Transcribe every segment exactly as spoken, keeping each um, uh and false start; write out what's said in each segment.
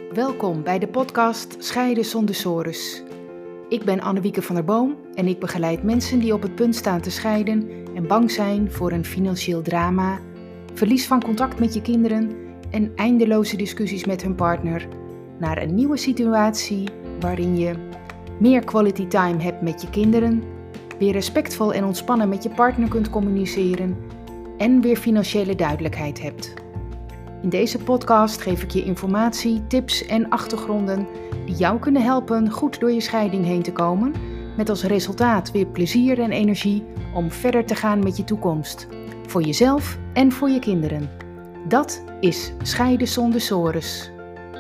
Welkom bij de podcast Scheiden zonder sores. Ik ben Annewieke van der Boom en ik begeleid mensen die op het punt staan te scheiden en bang zijn voor een financieel drama, verlies van contact met je kinderen en eindeloze discussies met hun partner naar een nieuwe situatie waarin je meer quality time hebt met je kinderen, weer respectvol en ontspannen met je partner kunt communiceren en weer financiële duidelijkheid hebt. In deze podcast geef ik je informatie, tips en achtergronden die jou kunnen helpen goed door je scheiding heen te komen, met als resultaat weer plezier en energie om verder te gaan met je toekomst, voor jezelf en voor je kinderen. Dat is Scheiden zonder sores.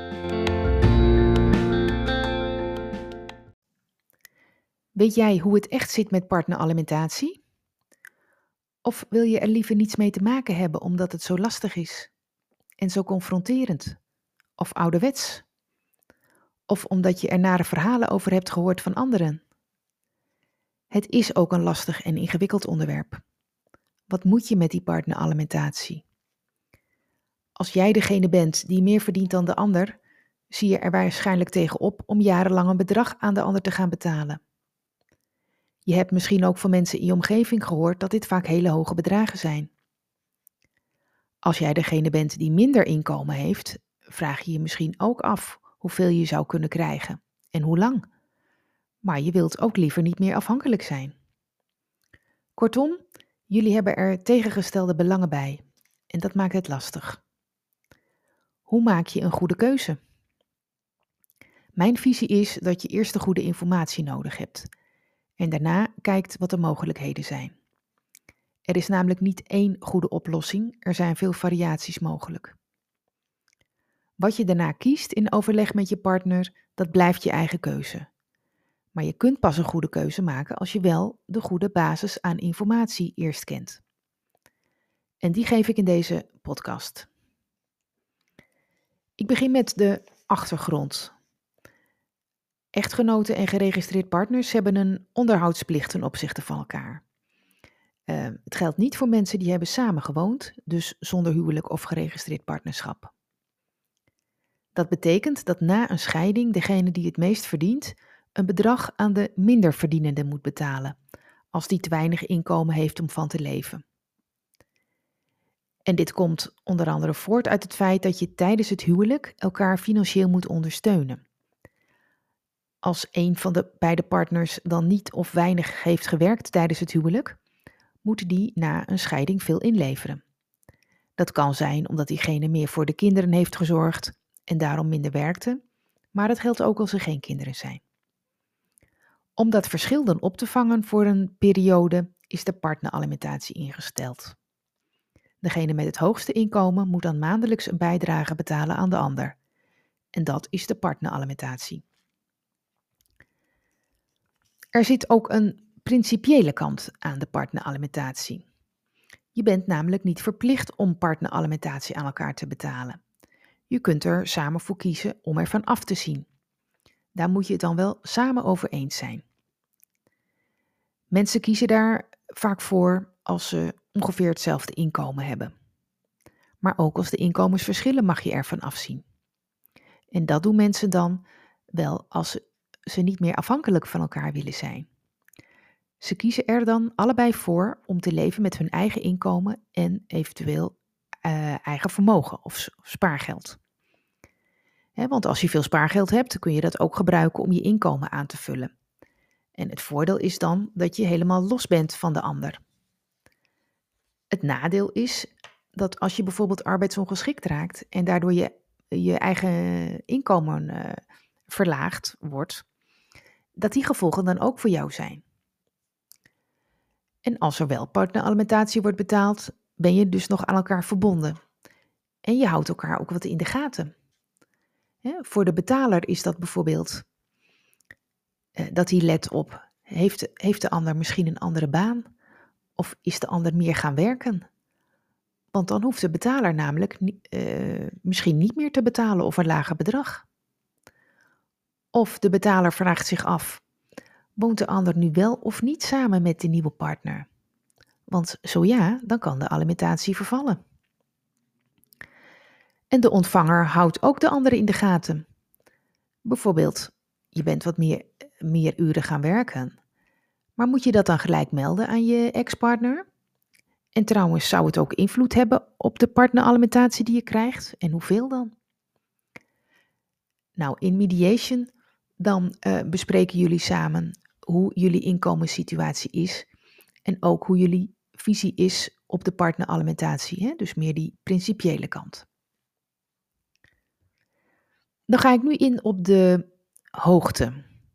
Weet jij hoe het echt zit met partneralimentatie? Of wil je er liever niets mee te maken hebben omdat het zo lastig is? En zo confronterend? Of ouderwets? Of omdat je er nare verhalen over hebt gehoord van anderen? Het is ook een lastig en ingewikkeld onderwerp. Wat moet je met die partneralimentatie? Als jij degene bent die meer verdient dan de ander, zie je er waarschijnlijk tegen op om jarenlang een bedrag aan de ander te gaan betalen. Je hebt misschien ook van mensen in je omgeving gehoord dat dit vaak hele hoge bedragen zijn. Als jij degene bent die minder inkomen heeft, vraag je je misschien ook af hoeveel je zou kunnen krijgen en hoe lang. Maar je wilt ook liever niet meer afhankelijk zijn. Kortom, jullie hebben er tegengestelde belangen bij en dat maakt het lastig. Hoe maak je een goede keuze? Mijn visie is dat je eerst de goede informatie nodig hebt en daarna kijkt wat de mogelijkheden zijn. Er is namelijk niet één goede oplossing, er zijn veel variaties mogelijk. Wat je daarna kiest in overleg met je partner, dat blijft je eigen keuze. Maar je kunt pas een goede keuze maken als je wel de goede basis aan informatie eerst kent. En die geef ik in deze podcast. Ik begin met de achtergrond. Echtgenoten en geregistreerd partners hebben een onderhoudsplicht ten opzichte van elkaar. Uh, het geldt niet voor mensen die hebben samengewoond, dus zonder huwelijk of geregistreerd partnerschap. Dat betekent dat na een scheiding degene die het meest verdient een bedrag aan de minder verdienende moet betalen, als die te weinig inkomen heeft om van te leven. En dit komt onder andere voort uit het feit dat je tijdens het huwelijk elkaar financieel moet ondersteunen. Als een van de beide partners dan niet of weinig heeft gewerkt tijdens het huwelijk, moet die na een scheiding veel inleveren. Dat kan zijn omdat diegene meer voor de kinderen heeft gezorgd en daarom minder werkte, maar dat geldt ook als er geen kinderen zijn. Om dat verschil dan op te vangen voor een periode is de partneralimentatie ingesteld. Degene met het hoogste inkomen moet dan maandelijks een bijdrage betalen aan de ander. En dat is de partneralimentatie. Er zit ook een principiële kant aan de partneralimentatie. Je bent namelijk niet verplicht om partneralimentatie aan elkaar te betalen. Je kunt er samen voor kiezen om ervan af te zien. Daar moet je het dan wel samen over eens zijn. Mensen kiezen daar vaak voor als ze ongeveer hetzelfde inkomen hebben. Maar ook als de inkomens verschillen mag je ervan afzien. En dat doen mensen dan wel als ze, ze niet meer afhankelijk van elkaar willen zijn. Ze kiezen er dan allebei voor om te leven met hun eigen inkomen en eventueel uh, eigen vermogen of spaargeld. He, want als je veel spaargeld hebt, kun je dat ook gebruiken om je inkomen aan te vullen. En het voordeel is dan dat je helemaal los bent van de ander. Het nadeel is dat als je bijvoorbeeld arbeidsongeschikt raakt en daardoor je, je eigen inkomen uh, verlaagd wordt, dat die gevolgen dan ook voor jou zijn. En als er wel partneralimentatie wordt betaald, ben je dus nog aan elkaar verbonden. En je houdt elkaar ook wat in de gaten. He, voor de betaler is dat bijvoorbeeld uh, dat hij let op, heeft, heeft de ander misschien een andere baan? Of is de ander meer gaan werken? Want dan hoeft de betaler namelijk uh, misschien niet meer te betalen of een lager bedrag. Of de betaler vraagt zich af, woont de ander nu wel of niet samen met de nieuwe partner? Want zo ja, dan kan de alimentatie vervallen. En de ontvanger houdt ook de andere in de gaten. Bijvoorbeeld, je bent wat meer, meer uren gaan werken. Maar moet je dat dan gelijk melden aan je ex-partner? En trouwens, zou het ook invloed hebben op de partneralimentatie die je krijgt? En hoeveel dan? Nou, in mediation, dan eh, bespreken jullie samen hoe jullie inkomenssituatie is. En ook hoe jullie visie is op de partneralimentatie. Hè? Dus meer die principiële kant. Dan ga ik nu in op de hoogte.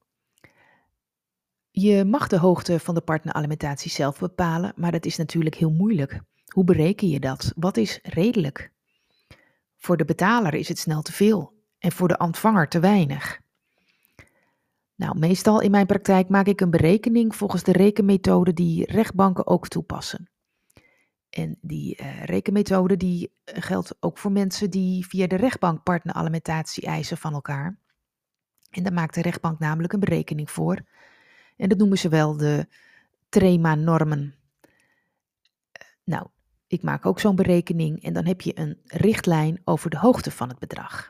Je mag de hoogte van de partneralimentatie zelf bepalen, maar dat is natuurlijk heel moeilijk. Hoe bereken je dat? Wat is redelijk? Voor de betaler is het snel te veel en voor de ontvanger te weinig. Nou, meestal in mijn praktijk maak ik een berekening volgens de rekenmethode die rechtbanken ook toepassen. En die uh, rekenmethode die geldt ook voor mensen die via de rechtbank partneralimentatie eisen van elkaar. En daar maakt de rechtbank namelijk een berekening voor. En dat noemen ze wel de Trema-normen. Nou, ik maak ook zo'n berekening en dan heb je een richtlijn over de hoogte van het bedrag.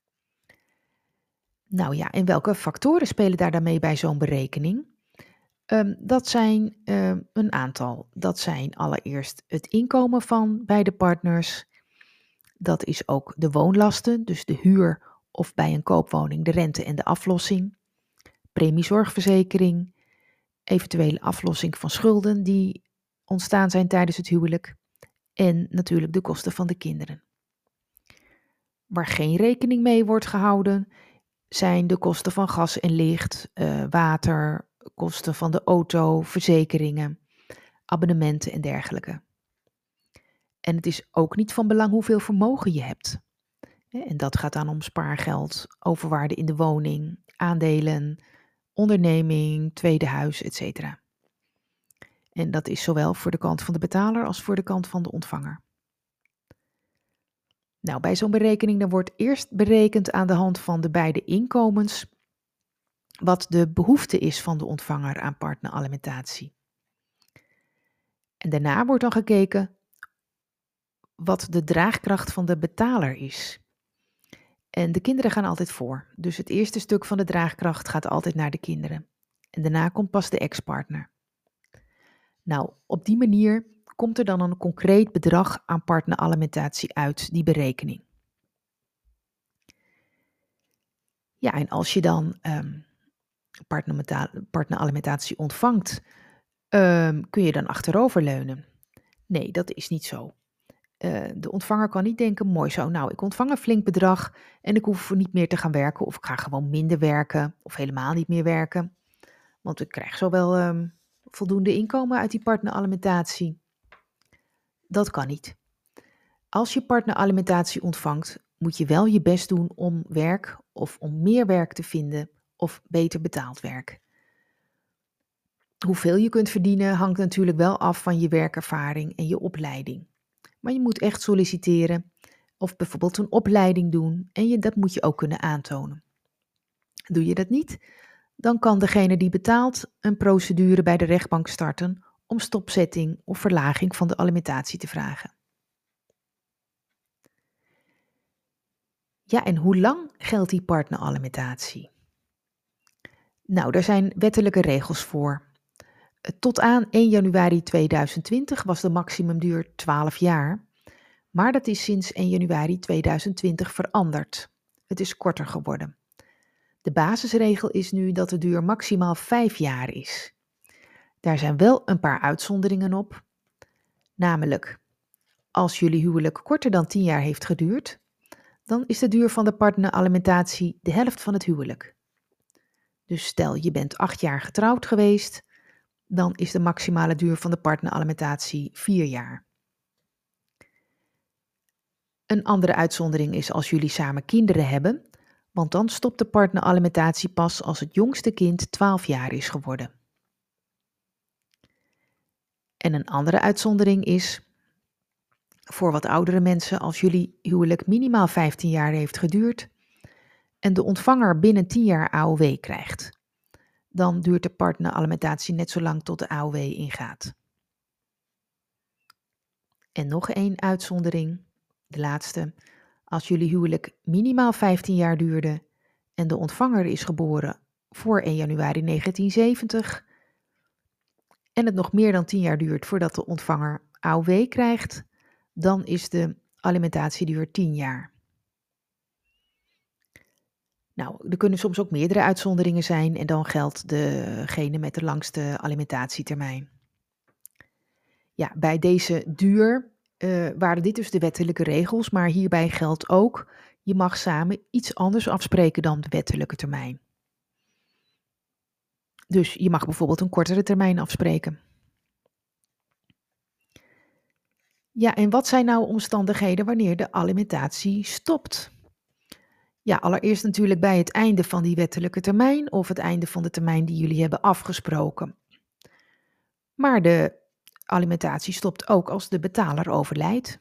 Nou ja, en welke factoren spelen daar dan mee bij zo'n berekening? Um, dat zijn um, een aantal. Dat zijn allereerst het inkomen van beide partners. Dat is ook de woonlasten, dus de huur of bij een koopwoning de rente en de aflossing. Premiezorgverzekering, eventuele aflossing van schulden die ontstaan zijn tijdens het huwelijk. En natuurlijk de kosten van de kinderen. Waar geen rekening mee wordt gehouden, zijn de kosten van gas en licht, uh, water, kosten van de auto, verzekeringen, abonnementen en dergelijke. En het is ook niet van belang hoeveel vermogen je hebt. En dat gaat dan om spaargeld, overwaarde in de woning, aandelen, onderneming, tweede huis, et cetera. En dat is zowel voor de kant van de betaler als voor de kant van de ontvanger. Nou, bij zo'n berekening dan wordt eerst berekend aan de hand van de beide inkomens wat de behoefte is van de ontvanger aan partneralimentatie. En daarna wordt dan gekeken wat de draagkracht van de betaler is. En de kinderen gaan altijd voor. Dus het eerste stuk van de draagkracht gaat altijd naar de kinderen. En daarna komt pas de ex-partner. Nou, op die manier komt er dan een concreet bedrag aan partneralimentatie uit die berekening. Ja, en als je dan um, partneralimentatie ontvangt, um, kun je dan achteroverleunen? Nee, dat is niet zo. Uh, de ontvanger kan niet denken, mooi zo, nou, ik ontvang een flink bedrag en ik hoef niet meer te gaan werken of ik ga gewoon minder werken of helemaal niet meer werken. Want ik krijg zo wel um, voldoende inkomen uit die partneralimentatie. Dat kan niet. Als je partneralimentatie ontvangt, moet je wel je best doen om werk of om meer werk te vinden of beter betaald werk. Hoeveel je kunt verdienen hangt natuurlijk wel af van je werkervaring en je opleiding. Maar je moet echt solliciteren of bijvoorbeeld een opleiding doen en je, dat moet je ook kunnen aantonen. Doe je dat niet, dan kan degene die betaalt een procedure bij de rechtbank starten om stopzetting of verlaging van de alimentatie te vragen. Ja, en hoe lang geldt die partneralimentatie? Nou, daar zijn wettelijke regels voor. Tot aan één januari tweeduizend twintig was de maximumduur twaalf jaar, maar dat is sinds één januari tweeduizend twintig veranderd. Het is korter geworden. De basisregel is nu dat de duur maximaal vijf jaar is. Daar zijn wel een paar uitzonderingen op, namelijk als jullie huwelijk korter dan tien jaar heeft geduurd, dan is de duur van de partneralimentatie de helft van het huwelijk. Dus stel je bent acht jaar getrouwd geweest, dan is de maximale duur van de partneralimentatie vier jaar. Een andere uitzondering is als jullie samen kinderen hebben, want dan stopt de partneralimentatie pas als het jongste kind twaalf jaar is geworden. En een andere uitzondering is voor wat oudere mensen als jullie huwelijk minimaal vijftien jaar heeft geduurd en de ontvanger binnen tien jaar A O W krijgt. Dan duurt de partneralimentatie net zo lang tot de A O W ingaat. En nog één uitzondering, de laatste. Als jullie huwelijk minimaal vijftien jaar duurde en de ontvanger is geboren voor één januari negentien zeventig en het nog meer dan tien jaar duurt voordat de ontvanger A O W krijgt, dan is de alimentatieduur tien jaar. Nou, er kunnen soms ook meerdere uitzonderingen zijn en dan geldt degene met de langste alimentatietermijn. Ja, bij deze duur uh, waren dit dus de wettelijke regels, maar hierbij geldt ook, je mag samen iets anders afspreken dan de wettelijke termijn. Dus je mag bijvoorbeeld een kortere termijn afspreken. Ja, en wat zijn nou omstandigheden wanneer de alimentatie stopt? Ja, allereerst natuurlijk bij het einde van die wettelijke termijn of het einde van de termijn die jullie hebben afgesproken. Maar de alimentatie stopt ook als de betaler overlijdt.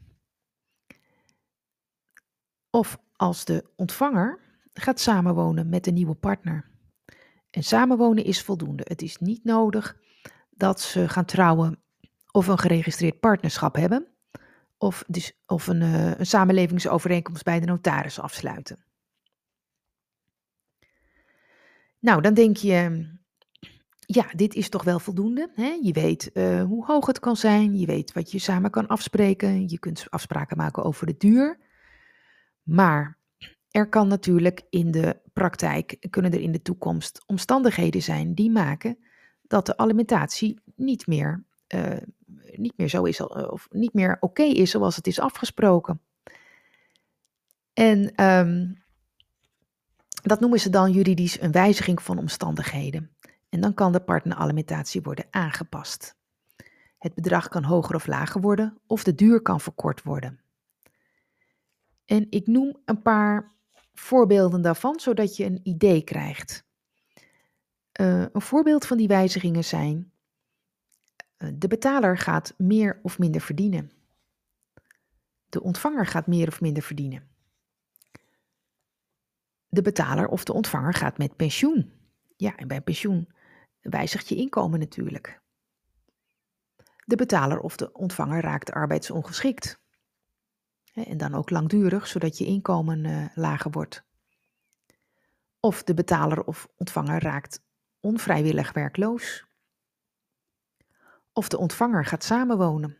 Of als de ontvanger gaat samenwonen met een nieuwe partner. En samenwonen is voldoende. Het is niet nodig dat ze gaan trouwen of een geregistreerd partnerschap hebben. Of, dus, of een, uh, een samenlevingsovereenkomst bij de notaris afsluiten. Nou, dan denk je, ja, dit is toch wel voldoende. Hè? Je weet uh, hoe hoog het kan zijn. Je weet wat je samen kan afspreken. Je kunt afspraken maken over de duur. Maar er kan natuurlijk in de praktijk, kunnen er in de toekomst omstandigheden zijn die maken dat de alimentatie niet meer, uh, niet meer zo is, of niet meer oké okay is zoals het is afgesproken. En um, dat noemen ze dan juridisch een wijziging van omstandigheden. En dan kan de partneralimentatie worden aangepast. Het bedrag kan hoger of lager worden, of de duur kan verkort worden. En ik noem een paar voorbeelden daarvan, zodat je een idee krijgt. Uh, een voorbeeld van die wijzigingen zijn: uh, de betaler gaat meer of minder verdienen. De ontvanger gaat meer of minder verdienen. De betaler of de ontvanger gaat met pensioen. Ja, en bij pensioen wijzigt je inkomen natuurlijk. De betaler of de ontvanger raakt arbeidsongeschikt. En dan ook langdurig, zodat je inkomen uh, lager wordt. Of de betaler of ontvanger raakt onvrijwillig werkloos. Of de ontvanger gaat samenwonen.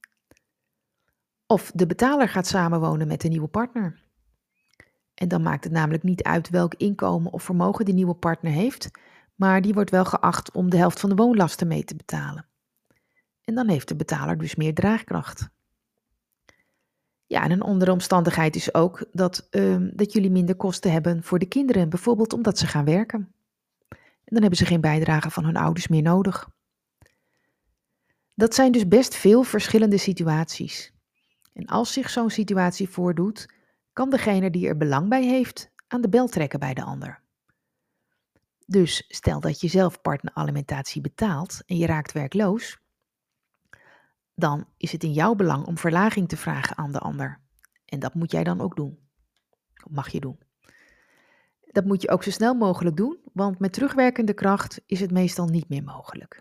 Of de betaler gaat samenwonen met een nieuwe partner. En dan maakt het namelijk niet uit welk inkomen of vermogen die nieuwe partner heeft, maar die wordt wel geacht om de helft van de woonlasten mee te betalen. En dan heeft de betaler dus meer draagkracht. Ja, en een andere omstandigheid is ook dat, uh, dat jullie minder kosten hebben voor de kinderen, bijvoorbeeld omdat ze gaan werken. En dan hebben ze geen bijdrage van hun ouders meer nodig. Dat zijn dus best veel verschillende situaties. En als zich zo'n situatie voordoet, kan degene die er belang bij heeft aan de bel trekken bij de ander. Dus stel dat je zelf partneralimentatie betaalt en je raakt werkloos, dan is het in jouw belang om verlaging te vragen aan de ander. En dat moet jij dan ook doen. Dat mag je doen. Dat moet je ook zo snel mogelijk doen, want met terugwerkende kracht is het meestal niet meer mogelijk.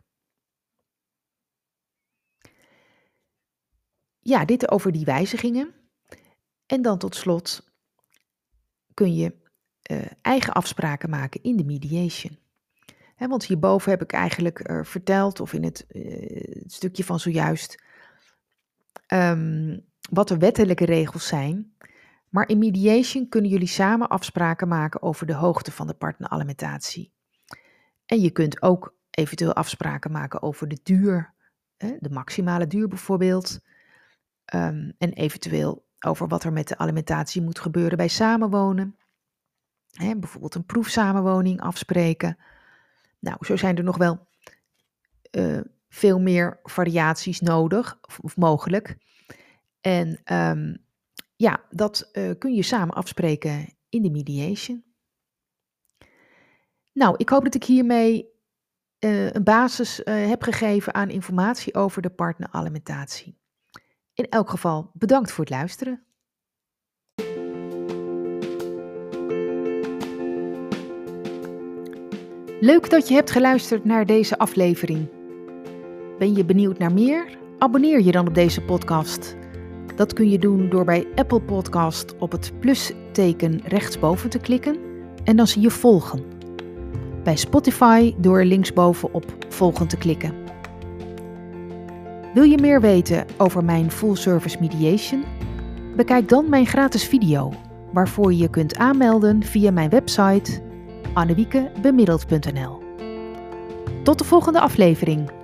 Ja, dit over die wijzigingen. En dan tot slot kun je uh, eigen afspraken maken in de mediation. He, want hierboven heb ik eigenlijk uh, verteld, of in het, uh, het stukje van zojuist, um, wat de wettelijke regels zijn. Maar in mediation kunnen jullie samen afspraken maken over de hoogte van de partneralimentatie. En je kunt ook eventueel afspraken maken over de duur, hè, de maximale duur bijvoorbeeld. Um, en eventueel over wat er met de alimentatie moet gebeuren bij samenwonen. Hè, bijvoorbeeld een proefsamenwoning afspreken. Nou, zo zijn er nog wel uh, veel meer variaties nodig of, of mogelijk. En um, ja, dat uh, kun je samen afspreken in de mediation. Nou, ik hoop dat ik hiermee uh, een basis uh, heb gegeven aan informatie over de partneralimentatie. In elk geval bedankt voor het luisteren. Leuk dat je hebt geluisterd naar deze aflevering. Ben je benieuwd naar meer? Abonneer je dan op deze podcast. Dat kun je doen door bij Apple Podcast op het plusteken rechtsboven te klikken en dan zie je volgen. Bij Spotify door linksboven op volgen te klikken. Wil je meer weten over mijn Full Service Mediation? Bekijk dan mijn gratis video, waarvoor je je kunt aanmelden via mijn website annewiekebemiddeld punt n l. Tot de volgende aflevering.